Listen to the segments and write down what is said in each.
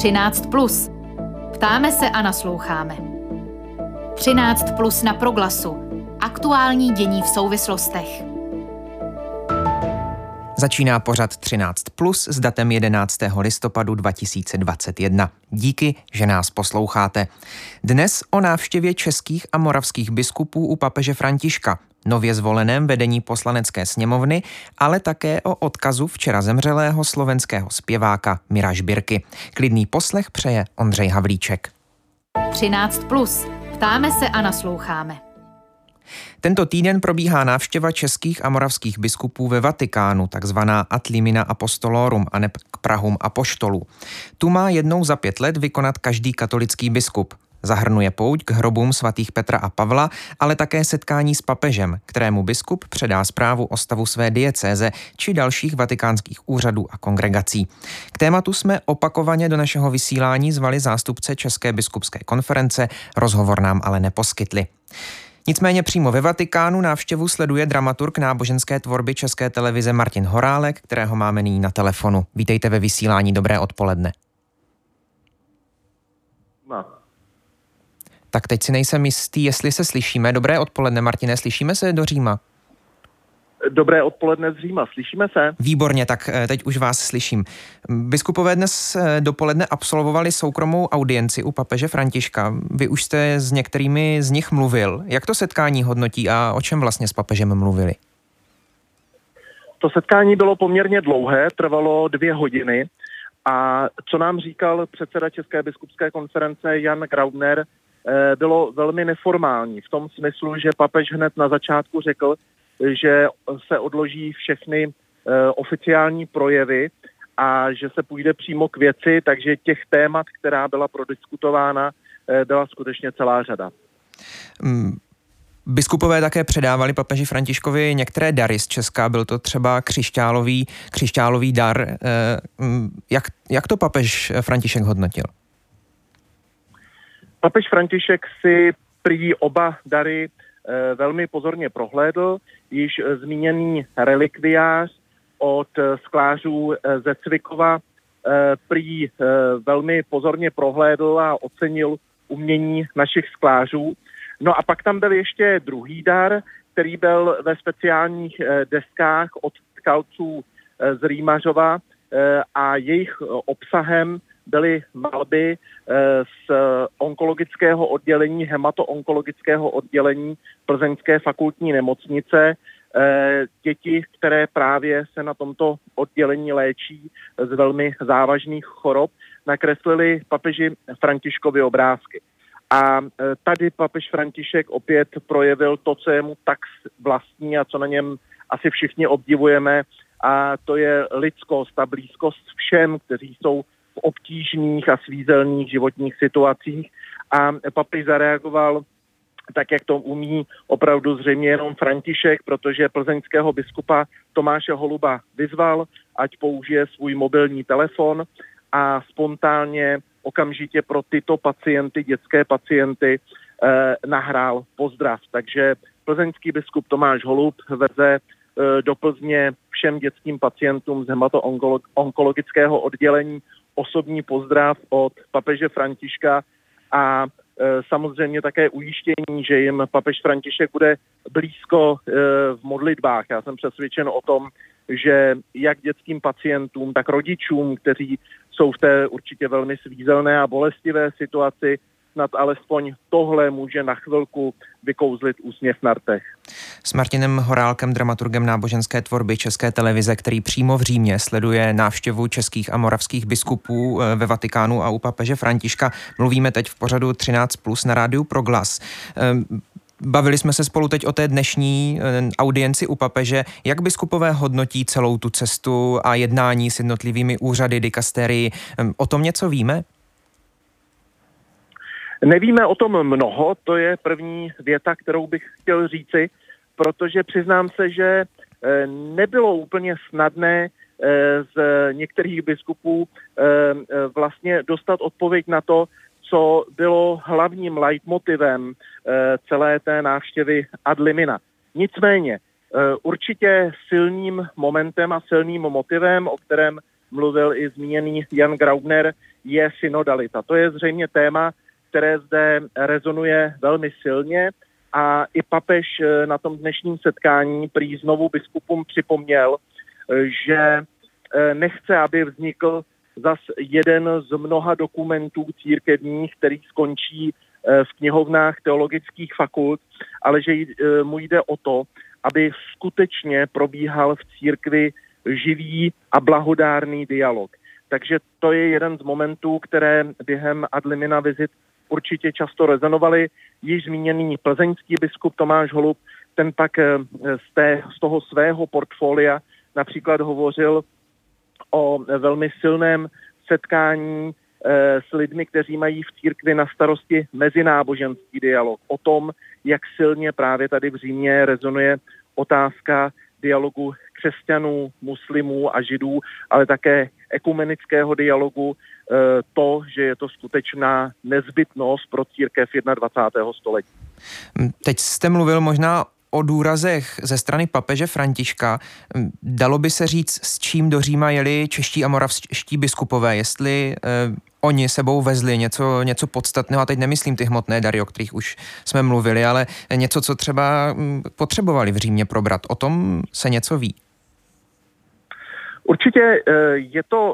13+. Ptáme se a nasloucháme. 13+ na Proglasu. Aktuální dění v souvislostech. Začíná pořad 13+ s datem 11. listopadu 2021. Díky, že nás posloucháte. Dnes o návštěvě českých a moravských biskupů u papeže Františka, nově zvoleném vedení Poslanecké sněmovny, ale také o odkazu včera zemřelého slovenského zpěváka Mira Žbirky. Klidný poslech přeje Ondřej Havlíček. 13+. Ptáme se a nasloucháme. Tento týden probíhá návštěva českých a moravských biskupů ve Vatikánu, takzvaná ad limina apostolorum, aneb k prahům apoštolů. Tu má jednou za 5 let vykonat každý katolický biskup. Zahrnuje pouť k hrobům svatých Petra a Pavla, ale také setkání s papežem, kterému biskup předá zprávu o stavu své diecéze či dalších vatikánských úřadů a kongregací. K tématu jsme opakovaně do našeho vysílání zvali zástupce České biskupské konference, rozhovor nám ale neposkytli. Nicméně přímo ve Vatikánu návštěvu sleduje dramaturg náboženské tvorby České televize Martin Horálek, kterého máme nyní na telefonu. Vítejte ve vysílání, dobré odpoledne. No. Tak teď si nejsem jistý, jestli se slyšíme. Dobré odpoledne, Martine, slyšíme se do Říma? Dobré odpoledne z Říma, slyšíme se? Výborně, tak teď už vás slyším. Biskupové dnes dopoledne absolvovali soukromou audienci u papeže Františka. Vy už jste s některými z nich mluvil. Jak to setkání hodnotí a o čem vlastně s papežem mluvili? To setkání bylo poměrně dlouhé, trvalo 2 hodiny a co nám říkal předseda České biskupské konference Jan Graubner, bylo velmi neformální v tom smyslu, že papež hned na začátku řekl, že se odloží všechny oficiální projevy a že se půjde přímo k věci, takže těch témat, která byla prodiskutována, byla skutečně celá řada. Biskupové také předávali papeži Františkovi některé dary z Česka, byl to třeba křišťálový dar. Jak to papež František hodnotil? Papež František si prý oba dary velmi pozorně prohlédl, již zmíněný relikviář od sklářů ze Cvikova prý velmi pozorně prohlédl a ocenil umění našich sklářů. No a pak tam byl ještě druhý dar, který byl ve speciálních deskách od tkalců z Rýmařova a jejich obsahem byly malby z onkologického oddělení, hematoonkologického oddělení Plzeňské fakultní nemocnice. Děti, které právě se na tomto oddělení léčí z velmi závažných chorob, nakreslili papeži Františkovi obrázky. A tady papež František opět projevil to, co je mu tak vlastní a co na něm asi všichni obdivujeme, a to je lidskost a blízkost všem, kteří jsou v obtížných a svízelných životních situacích. A papež zareagoval tak, jak to umí opravdu zřejmě jenom František, protože plzeňského biskupa Tomáše Holuba vyzval, ať použije svůj mobilní telefon a spontánně okamžitě pro tyto pacienty, dětské pacienty, nahrál pozdrav. Takže plzeňský biskup Tomáš Holub veze do Plzně všem dětským pacientům z hematoonkologického oddělení osobní pozdrav od papeže Františka a samozřejmě také ujištění, že jim papež František bude blízko v modlitbách. Já jsem přesvědčen o tom, že jak dětským pacientům, tak rodičům, kteří jsou v té určitě velmi svízelné a bolestivé situaci, snad alespoň tohle může na chvilku vykouzlit úsměv na rtech. S Martinem Horálkem, dramaturgem náboženské tvorby České televize, který přímo v Římě sleduje návštěvu českých a moravských biskupů ve Vatikánu a u papeže Františka, mluvíme teď v pořadu 13+ na rádiu Proglas. Bavili jsme se spolu teď o té dnešní audienci u papeže. Jak biskupové hodnotí celou tu cestu a jednání s jednotlivými úřady, dikasterii? O tom něco víme? Nevíme o tom mnoho, to je první věta, kterou bych chtěl říci, protože přiznám se, že nebylo úplně snadné z některých biskupů vlastně dostat odpověď na to, co bylo hlavním leitmotivem celé té návštěvy ad limina. Nicméně určitě silným momentem a silným motivem, o kterém mluvil i zmíněný Jan Graubner, je synodalita. To je zřejmě téma, které zde rezonuje velmi silně a i papež na tom dnešním setkání prý znovu biskupům připomněl, že nechce, aby vznikl zas jeden z mnoha dokumentů církevních, který skončí v knihovnách teologických fakult, ale že mu jde o to, aby skutečně probíhal v církvi živý a blahodárný dialog. Takže to je jeden z momentů, které během ad limina vizit určitě často rezonovaly. Již zmíněný plzeňský biskup Tomáš Holub, ten pak z toho svého portfolia například hovořil o velmi silném setkání s lidmi, kteří mají v církvi na starosti mezináboženský dialog. O tom, jak silně právě tady v Římě rezonuje otázka dialogu křesťanů, muslimů a židů, ale také ekumenického dialogu, to, že je to skutečná nezbytnost pro církev 21. století. Teď jste mluvil možná o důrazech ze strany papeže Františka. Dalo by se říct, s čím do Říma jeli čeští a moravští biskupové, jestli oni sebou vezli něco podstatného, a teď nemyslím ty hmotné dary, o kterých už jsme mluvili, ale něco, co třeba potřebovali v Římě probrat. O tom se něco ví? Určitě je to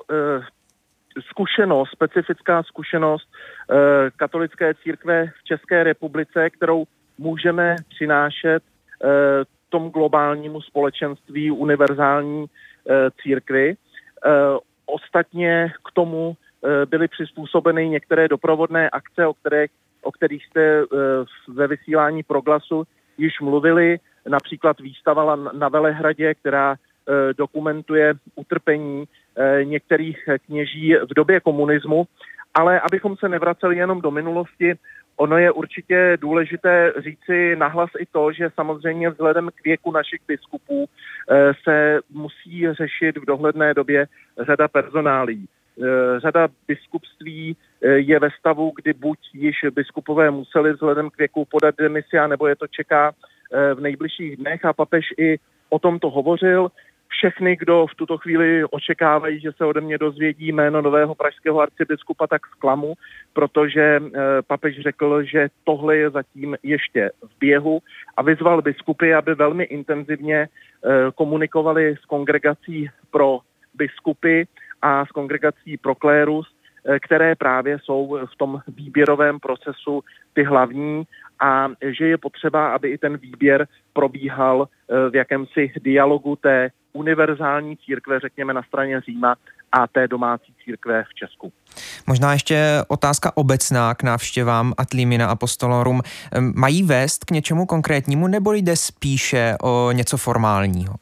specifická zkušenost katolické církve v České republice, kterou můžeme přinášet tomu globálnímu společenství univerzální církvi. Ostatně k tomu byly přizpůsobeny některé doprovodné akce, o kterých jste ve vysílání Proglasu již mluvili, například výstava na Velehradě, která dokumentuje utrpení některých kněží v době komunismu, ale abychom se nevraceli jenom do minulosti, ono je určitě důležité říci nahlas i to, že samozřejmě vzhledem k věku našich biskupů se musí řešit v dohledné době řada personálií. Řada biskupství je ve stavu, kdy buď již biskupové museli vzhledem k věku podat demisi, nebo je to čeká v nejbližších dnech a papež i o tomto hovořil. Všechny, kdo v tuto chvíli očekávají, že se ode mě dozvědí jméno nového pražského arcibiskupa, tak zklamu, protože papež řekl, že tohle je zatím ještě v běhu a vyzval biskupy, aby velmi intenzivně komunikovali s kongregací pro biskupy a s kongregací pro klérus, které právě jsou v tom výběrovém procesu ty hlavní a že je potřeba, aby i ten výběr probíhal v jakémsi dialogu té univerzální církve, řekněme na straně Říma, a té domácí církve v Česku. Možná ještě otázka obecná k návštěvám Ad limina Apostolorum. Mají vést k něčemu konkrétnímu, nebo jde spíše o něco formálního?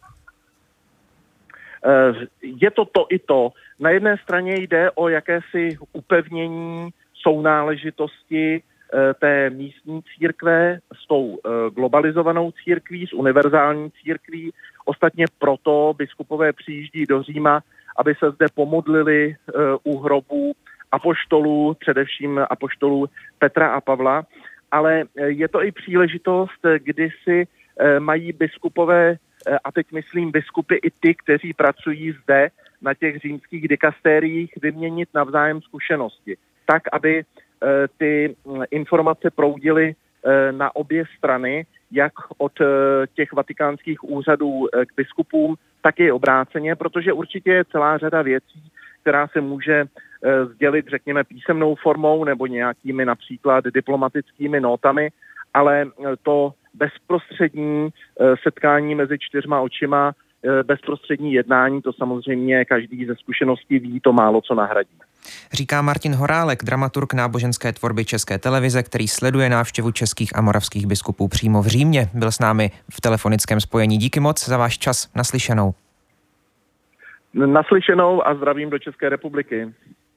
Je to i to. Na jedné straně jde o jakési upevnění sounáležitosti té místní církve s tou globalizovanou církví, s univerzální církví. Ostatně proto biskupové přijíždí do Říma, aby se zde pomodlili u hrobů apoštolů, především apoštolů Petra a Pavla. Ale je to i příležitost, kdy si mají biskupové, a teď myslím biskupy i ty, kteří pracují zde na těch římských dikastériích, vyměnit navzájem zkušenosti. Tak, aby ty informace proudily na obě strany, jak od těch vatikánských úřadů k biskupům, tak i obráceně, protože určitě je celá řada věcí, která se může sdělit, řekněme, písemnou formou nebo nějakými například diplomatickými notami, ale to bezprostřední setkání mezi čtyřma očima, bezprostřední jednání, to samozřejmě každý ze zkušeností ví, to málo co nahradí. Říká Martin Horálek, dramaturg náboženské tvorby České televize, který sleduje návštěvu českých a moravských biskupů přímo v Římě. Byl s námi v telefonickém spojení. Díky moc za váš čas. Naslyšenou. Naslyšenou a zdravím do České republiky.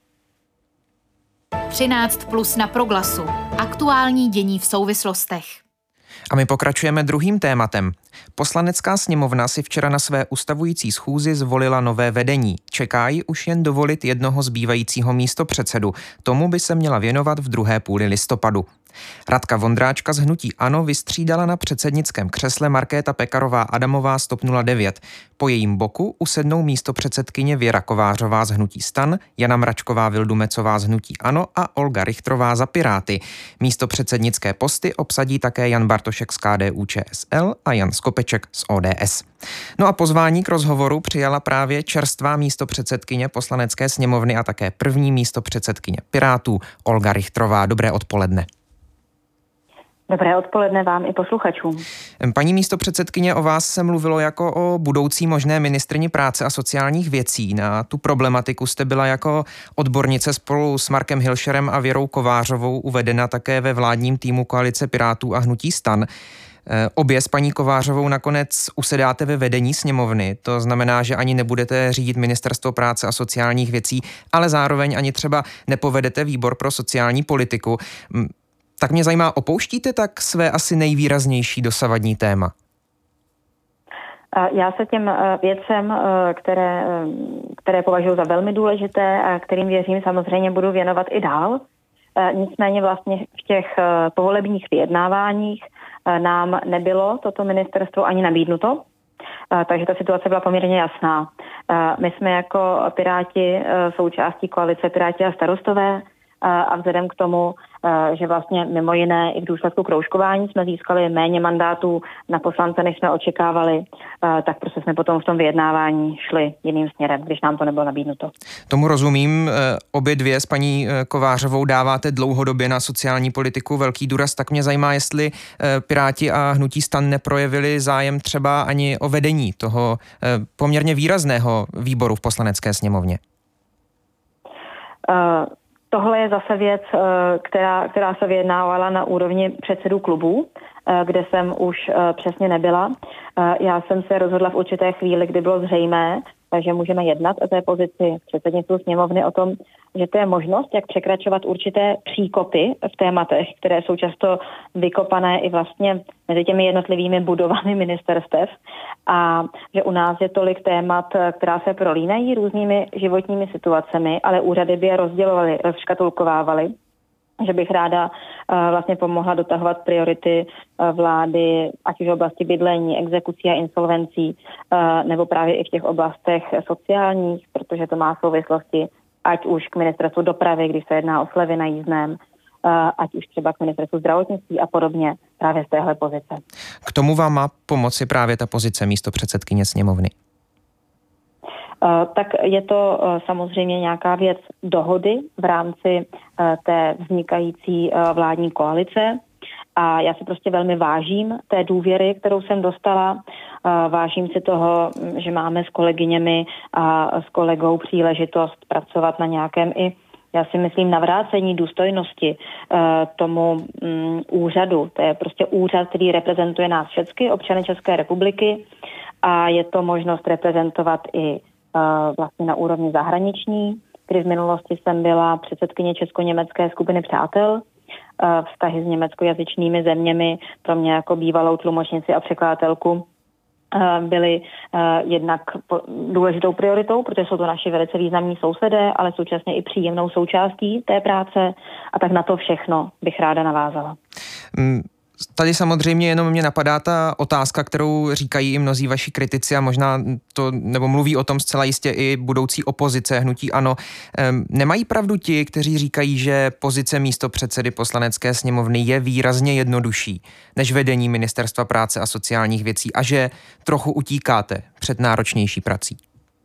13+ na Proglasu. Aktuální dění v souvislostech. A my pokračujeme druhým tématem. Poslanecká sněmovna si včera na své ustavující schůzi zvolila nové vedení. Čeká ji už jen dovolit jednoho zbývajícího místopředsedu. Tomu by se měla věnovat v druhé půli listopadu. Radka Vondráčka z hnutí ANO vystřídala na předsednickém křesle Markéta Pekarová Adamová z TOP 09. Po jejím boku usednou místopředsedkyně Věra Kovářová z hnutí STAN, Jana Mračková Vildumecová z hnutí ANO a Olga Richtrová za Piráty. Místopředsednické posty obsadí také Jan Bartošek z KDU-ČSL a Jan Skopeček z ODS. No a pozvání k rozhovoru přijala právě čerstvá místopředsedkyně Poslanecké sněmovny a také první místopředsedkyně Pirátů Olga Richtrová. Dobré odpoledne. Dobré odpoledne vám i posluchačům. Paní místopředsedkyně, o vás se mluvilo jako o budoucí možné ministryni práce a sociálních věcí. Na tu problematiku jste byla jako odbornice spolu s Markem Hilšerem a Věrou Kovářovou uvedena také ve vládním týmu koalice Pirátů a hnutí STAN. Obě s paní Kovářovou nakonec usedáte ve vedení sněmovny, to znamená, že ani nebudete řídit Ministerstvo práce a sociálních věcí, ale zároveň ani třeba nepovedete výbor pro sociální politiku. Tak mě zajímá, opouštíte tak své asi nejvýraznější dosavadní téma? Já se těm věcem, které považuji za velmi důležité a kterým věřím, samozřejmě budu věnovat i dál. Nicméně vlastně v těch povolebních vyjednáváních nám nebylo toto ministerstvo ani nabídnuto, takže ta situace byla poměrně jasná. My jsme jako Piráti součástí koalice Piráti a Starostové a vzhledem k tomu, že vlastně mimo jiné i v důsledku kroužkování jsme získali méně mandátů na poslance, než jsme očekávali, tak prostě jsme potom v tom vyjednávání šli jiným směrem, když nám to nebylo nabídnuto. Tomu rozumím. Obě dvě s paní Kovářovou dáváte dlouhodobě na sociální politiku velký důraz, tak mě zajímá, jestli Piráti a hnutí STAN neprojevili zájem třeba ani o vedení toho poměrně výrazného výboru v Poslanecké sněmovně. Tohle je zase věc, která se vyjednávala na úrovni předsedů klubů, kde jsem už přesně nebyla. Já jsem se rozhodla v určité chvíli, kdy bylo zřejmé, že můžeme jednat o té pozici předsednictva sněmovny o tom, že to je možnost, jak překračovat určité příkopy v tématech, které jsou často vykopané i vlastně mezi těmi jednotlivými budovami ministerstev a že u nás je tolik témat, která se prolínají různými životními situacemi, ale úřady by je rozdělovaly, rozškatulkovávaly, že bych ráda vlastně pomohla dotahovat priority vlády, ať už v oblasti bydlení, exekucí a insolvencí, nebo právě i v těch oblastech sociálních, protože to má souvislosti ať už k ministerstvu dopravy, když se jedná o slevy na jízdném, ať už třeba k ministerstvu zdravotnictví a podobně právě z téhle pozice. K tomu vám má pomoci právě ta pozice místopředsedkyně sněmovny? Tak je to samozřejmě nějaká věc dohody v rámci té vznikající vládní koalice a já si prostě velmi vážím té důvěry, kterou jsem dostala. Vážím si toho, že máme s kolegyněmi a s kolegou příležitost pracovat na nějakém i, já si myslím, navrácení důstojnosti tomu úřadu. To je prostě úřad, který reprezentuje nás všechny, občany České republiky a je to možnost reprezentovat i vlastně na úrovni zahraniční, kdy v minulosti jsem byla předsedkyně česko-německé skupiny přátel. Vztahy s německojazyčnými zeměmi pro mě jako bývalou tlumočnici a překladatelku byly jednak důležitou prioritou, protože jsou to naši velice významní sousedé, ale současně i příjemnou součástí té práce a tak na to všechno bych ráda navázala. Tady samozřejmě jenom mě napadá ta otázka, kterou říkají i mnozí vaši kritici a možná to, nebo mluví o tom zcela jistě i budoucí opozice hnutí ANO. Nemají pravdu ti, kteří říkají, že pozice místopředsedy Poslanecké sněmovny je výrazně jednodušší než vedení Ministerstva práce a sociálních věcí a že trochu utíkáte před náročnější prací?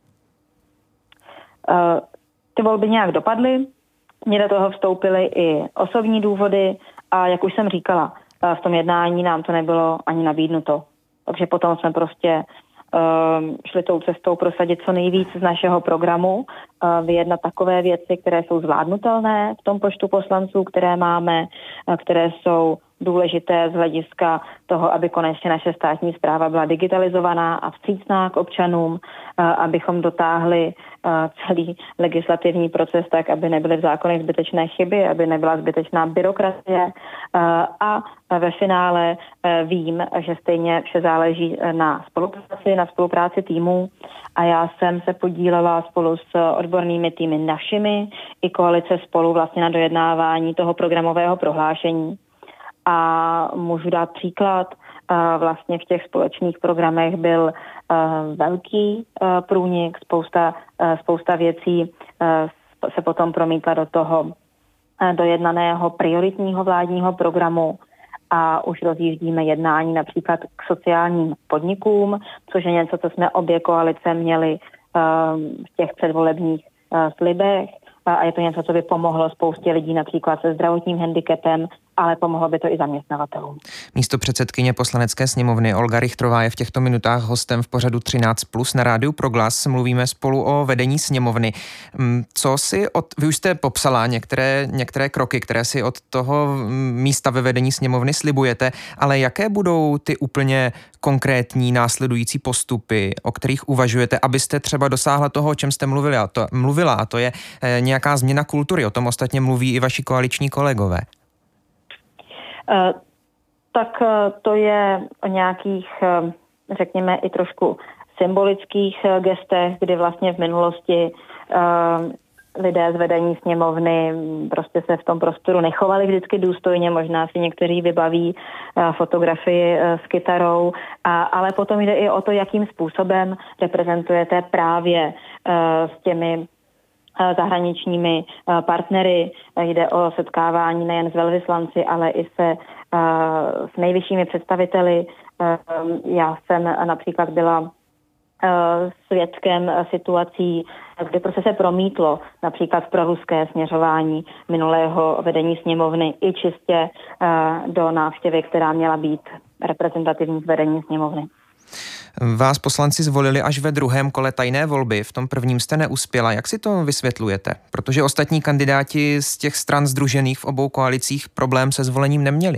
Ty volby nějak dopadly, mě do toho vstoupily i osobní důvody a jak už jsem říkala, v tom jednání nám to nebylo ani nabídnuto. Takže potom jsme prostě šli tou cestou prosadit co nejvíc z našeho programu, vyjednat takové věci, které jsou zvládnutelné v tom počtu poslanců, které máme, které jsou důležité z hlediska toho, aby konečně naše státní správa byla digitalizovaná a vstřícná k občanům, abychom dotáhli celý legislativní proces tak, aby nebyly v zákonech zbytečné chyby, aby nebyla zbytečná byrokracie a ve finále vím, že stejně vše záleží na spolupráci týmů a já jsem se podílela spolu s odbornými týmy našimi i koalice spolu vlastně na dojednávání toho programového prohlášení. A můžu dát příklad, vlastně v těch společných programech byl velký průnik, spousta věcí se potom promítla do toho dojednaného prioritního vládního programu a už rozjíždíme jednání například k sociálním podnikům, což je něco, co jsme obě koalice měli v těch předvolebních slibech a je to něco, co by pomohlo spoustě lidí například se zdravotním handicapem, ale pomohlo by to i zaměstnavatelům. Místopředsedkyně Poslanecké sněmovny Olga Richtrová je v těchto minutách hostem v pořadu 13+ na Rádiu Proglas. Mluvíme spolu o vedení sněmovny. Vy už jste popsala některé kroky, které si od toho místa ve vedení sněmovny slibujete, ale jaké budou ty úplně konkrétní následující postupy, o kterých uvažujete, abyste třeba dosáhla toho, o čem jste mluvila, a to je nějaká změna kultury. O tom ostatně mluví i vaši koaliční kolegové. Tak to je o nějakých, řekněme, i trošku symbolických gestech, kdy vlastně v minulosti lidé z vedení sněmovny prostě se v tom prostoru nechovali vždycky důstojně, možná si někteří vybaví fotografii s kytarou, ale potom jde i o to, jakým způsobem reprezentujete právě s těmi zahraničními partnery. Jde o setkávání nejen s velvyslanci, ale i s nejvyššími představiteli. Já jsem například byla svědkem situací, kdy prostě se promítlo například proruské směřování minulého vedení sněmovny i čistě do návštěvy, která měla být reprezentativní z vedení sněmovny. Vás poslanci zvolili až ve druhém kole tajné volby, v tom prvním jste neuspěla. Jak si to vysvětlujete? Protože ostatní kandidáti z těch stran sdružených v obou koalicích problém se zvolením neměli.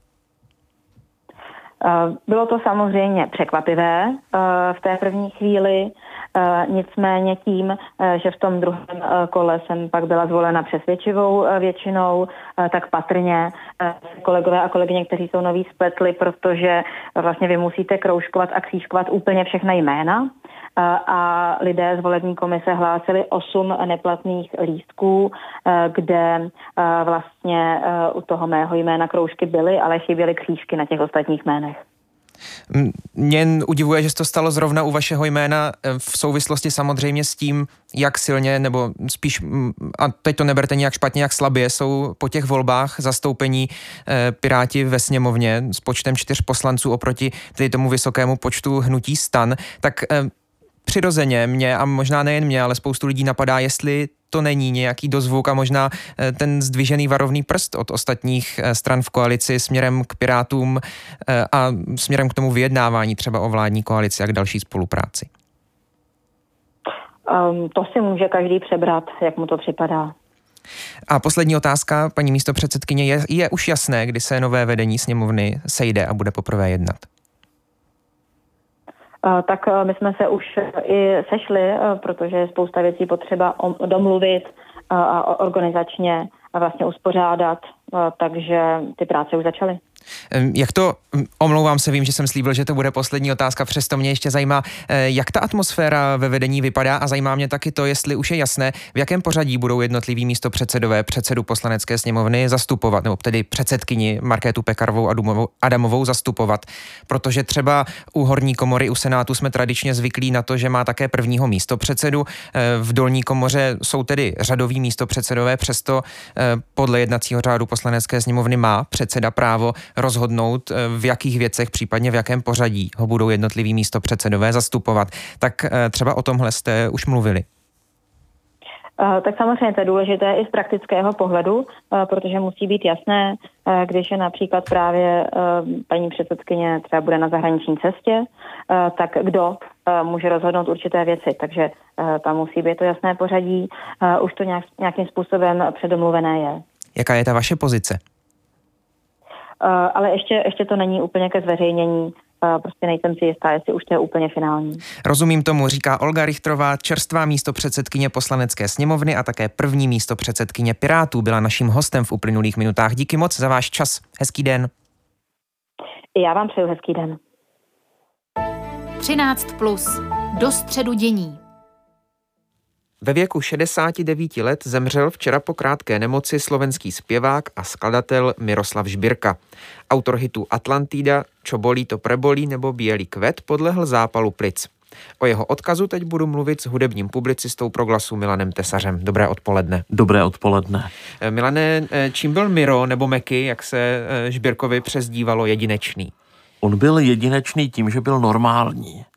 Bylo to samozřejmě překvapivé v té první chvíli, nicméně tím, že v tom druhém kole jsem pak byla zvolena přesvědčivou většinou, tak patrně kolegové a kolegyně, kteří jsou noví, spletli, protože vlastně vy musíte kroužkovat a křížkovat úplně všechna jména a lidé z volební komise hlásili 8 neplatných lístků, kde vlastně u toho mého jména kroužky byly, ale chyběly křížky na těch ostatních jménech. Mě udivuje, že se to stalo zrovna u vašeho jména v souvislosti samozřejmě s tím, jak silně, nebo spíš, a teď to neberte nějak špatně, jak slabě jsou po těch volbách zastoupení Piráti ve sněmovně s počtem 4 poslanců oproti tedy tomu vysokému počtu hnutí STAN, tak přirozeně mě, a možná nejen mě, ale spoustu lidí napadá, jestli to není nějaký dozvuk a možná ten zdvižený varovný prst od ostatních stran v koalici směrem k Pirátům a směrem k tomu vyjednávání třeba o vládní koalici a k další spolupráci. To si může každý přebrat, jak mu to připadá. A poslední otázka, paní místopředsedkyně, je už jasné, kdy se nové vedení sněmovny sejde a bude poprvé jednat? Tak my jsme se už i sešli, protože je spousta věcí potřeba domluvit a organizačně vlastně uspořádat, takže ty práce už začaly. Jak to, omlouvám se, vím, že jsem slíbil, že to bude poslední otázka, přesto mě ještě zajímá, jak ta atmosféra ve vedení vypadá a zajímá mě taky to, jestli už je jasné, v jakém pořadí budou jednotliví místopředsedové předsedu Poslanecké sněmovny zastupovat, nebo tedy předsedkyni Markétu Pekarovou Adamovou zastupovat, protože třeba u horní komory, u Senátu jsme tradičně zvyklí na to, že má také prvního místopředsedu, v dolní komoře jsou tedy řadoví místopředsedové, přesto podle jednacího řádu Poslanecké sněmovny má předseda právo rozhodnout, v jakých věcech, případně v jakém pořadí ho budou jednotliví místopředsedové zastupovat. Tak třeba o tomhle jste už mluvili. Tak samozřejmě to je důležité i z praktického pohledu, protože musí být jasné, když je například právě paní předsedkyně třeba bude na zahraniční cestě, tak kdo může rozhodnout určité věci. Takže tam musí být to jasné pořadí. Už to nějakým způsobem předomluvené je. Jaká je ta vaše pozice? Ale ještě to není úplně ke zveřejnění. Prostě nejsem si jistá, jestli už to je úplně finální. Rozumím tomu, říká Olga Richtrová, čerstvá místopředsedkyně Poslanecké sněmovny a také první místopředsedkyně Pirátů. Byla naším hostem v uplynulých minutách. Díky moc za váš čas. Hezký den. Já vám přeju hezký den. 13+. Do středu dění. Ve věku 69 let zemřel včera po krátké nemoci slovenský zpěvák a skladatel Miroslav Žbirka. Autor hitů Atlantida, Čo bolí to prebolí nebo Bělý kvet podlehl zápalu plic. O jeho odkazu teď budu mluvit s hudebním publicistou Proglasu Milanem Tesařem. Dobré odpoledne. Dobré odpoledne. Milane, čím byl Miro nebo Meky, jak se Žbirkovi přezdívalo, jedinečný? On byl jedinečný tím, že byl normální.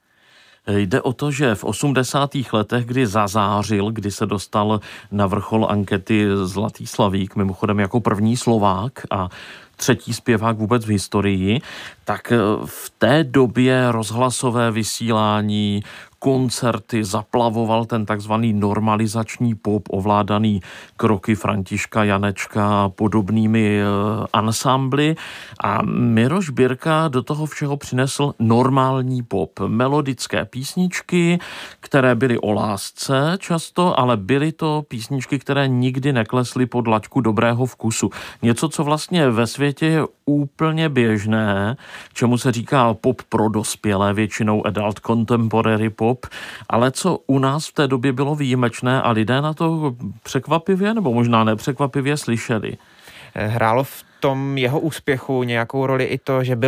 Jde o to, že v 80. letech, kdy zazářil, kdy se dostal na vrchol ankety Zlatý slavík, mimochodem jako první Slovák a třetí zpěvák vůbec v historii, tak v té době rozhlasové vysílání, koncerty zaplavoval ten takzvaný normalizační pop, ovládaný kroky Františka Janečka a podobnými ansámbly. A Miro Žbirka do toho všeho přinesl normální pop. Melodické písničky, které byly o lásce často, ale byly to písničky, které nikdy neklesly pod laťku dobrého vkusu. Něco, co vlastně ve světě je úplně běžné, čemu se říká pop pro dospělé, většinou adult contemporary pop, ale co u nás v té době bylo výjimečné a lidé na to překvapivě nebo možná nepřekvapivě slyšeli. Hrálo v tom jeho úspěchu nějakou roli i to, že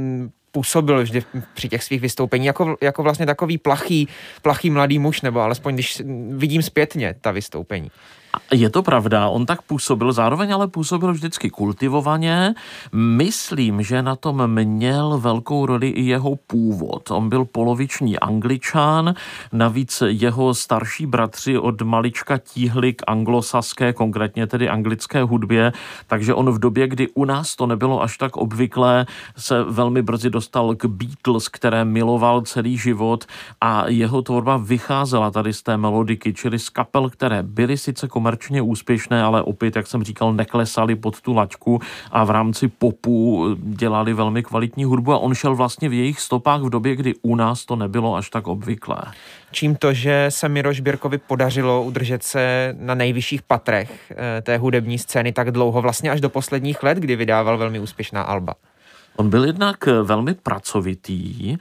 působil vždy při těch svých vystoupení jako vlastně takový plachý mladý muž, nebo alespoň když vidím zpětně ta vystoupení. Je to pravda, on tak působil, zároveň ale působil vždycky kultivovaně. Myslím, že na tom měl velkou roli i jeho původ. On byl poloviční Angličan, navíc jeho starší bratři od malička tíhli k anglosaské, konkrétně tedy anglické hudbě, takže on v době, kdy u nás to nebylo až tak obvyklé, se velmi brzy dostal k Beatles, které miloval celý život a jeho tvorba vycházela tady z té melodiky, čili z kapel, které byly sice komerčně úspěšné, ale opět, jak jsem říkal, neklesali pod tu laťku a v rámci popu dělali velmi kvalitní hudbu a on šel vlastně v jejich stopách v době, kdy u nás to nebylo až tak obvyklé. Čím to, že se Miro Žbirkovi podařilo udržet se na nejvyšších patrech té hudební scény tak dlouho, vlastně až do posledních let, kdy vydával velmi úspěšná alba? On byl jednak velmi pracovitý,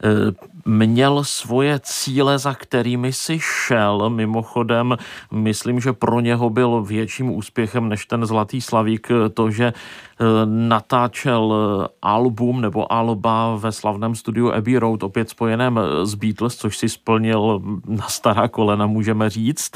měl svoje cíle, za kterými si šel. Mimochodem, myslím, že pro něho byl větším úspěchem než ten Zlatý slavík to, že natáčel album nebo alba ve slavném studiu Abbey Road, opět spojeném s Beatles, což si splnil na stará kolena, můžeme říct.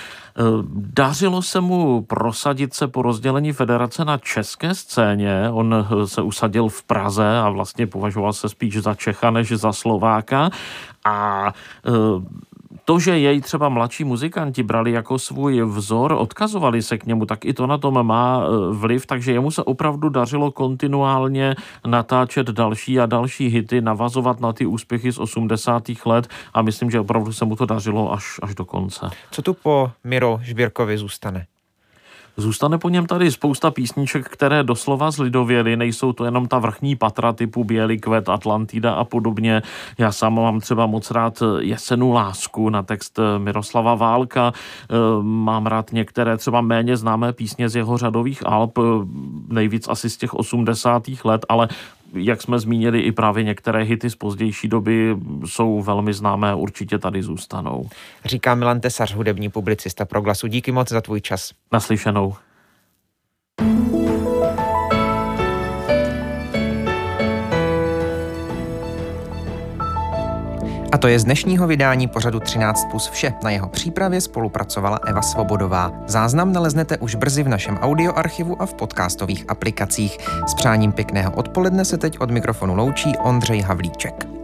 Dařilo se mu prosadit se po rozdělení federace na české scéně. On se usadil v Praze a vlastně považoval se spíš za Čecha než za Slováka. A to, že jej třeba mladší muzikanti brali jako svůj vzor, odkazovali se k němu, tak i to na tom má vliv, takže jemu se opravdu dařilo kontinuálně natáčet další a další hity, navazovat na ty úspěchy z 80. let a myslím, že opravdu se mu to dařilo až do konce. Co tu po Miro Žbirkovi zůstane? Zůstane po něm tady spousta písniček, které doslova zlidověly, nejsou to jenom ta vrchní patra typu Bělý kvet, Atlantida a podobně. Já sám mám třeba moc rád Jesenu lásku na text Miroslava Válka, mám rád některé třeba méně známé písně z jeho řadových alb, nejvíc asi z těch 80. let, ale jak jsme zmínili, i právě některé hity z pozdější doby jsou velmi známé, určitě tady zůstanou. Říká Milan Tesař, hudební publicista Proglasu. Díky moc za tvůj čas. Naslyšenou. A to je z dnešního vydání pořadu 13+ vše. Na jeho přípravě spolupracovala Eva Svobodová. Záznam naleznete už brzy v našem audioarchivu a v podcastových aplikacích. S přáním pěkného odpoledne se teď od mikrofonu loučí Ondřej Havlíček.